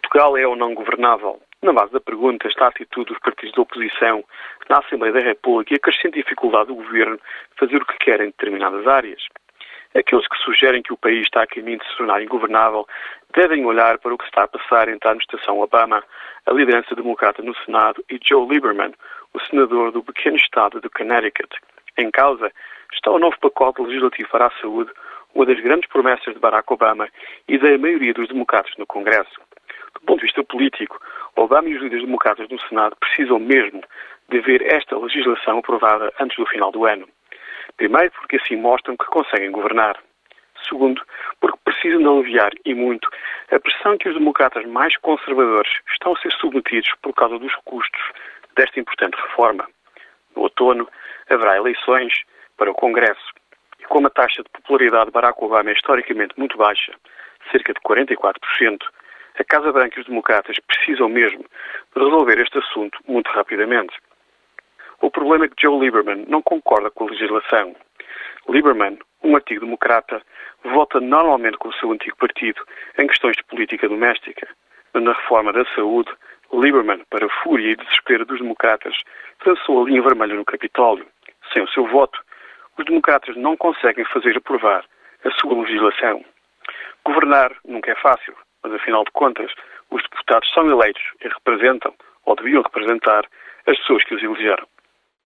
Portugal é ou não governável? Na base da pergunta está a atitude dos partidos da oposição na Assembleia da República e a crescente dificuldade do governo fazer o que quer em determinadas áreas. Aqueles que sugerem que o país está a caminho de se tornar ingovernável devem olhar para o que está a passar entre a administração Obama, a liderança democrata no Senado e Joe Lieberman, o senador do pequeno estado do Connecticut. Em causa está o novo pacote legislativo para a saúde, uma das grandes promessas de Barack Obama e da maioria dos democratas no Congresso. Do ponto de vista político, Obama e os líderes democratas no Senado precisam mesmo de ver esta legislação aprovada antes do final do ano. Primeiro, porque assim mostram que conseguem governar. Segundo, porque precisam de aliviar, e muito, a pressão que os democratas mais conservadores estão a ser submetidos por causa dos custos desta importante reforma. No outono, haverá eleições para o Congresso. E como a taxa de popularidade de Barack Obama é historicamente muito baixa, cerca de 44%, a Casa Branca e os democratas precisam mesmo de resolver este assunto muito rapidamente. O problema é que Joe Lieberman não concorda com a legislação. Lieberman, um antigo democrata, vota normalmente com o seu antigo partido em questões de política doméstica. Mas na reforma da saúde, Lieberman, para a fúria e desespero dos democratas, traçou a linha vermelha no Capitólio. Sem o seu voto, os democratas não conseguem fazer aprovar a sua legislação. Governar nunca é fácil, mas afinal de contas, os deputados são eleitos e representam, ou deviam representar, as pessoas que os elegeram.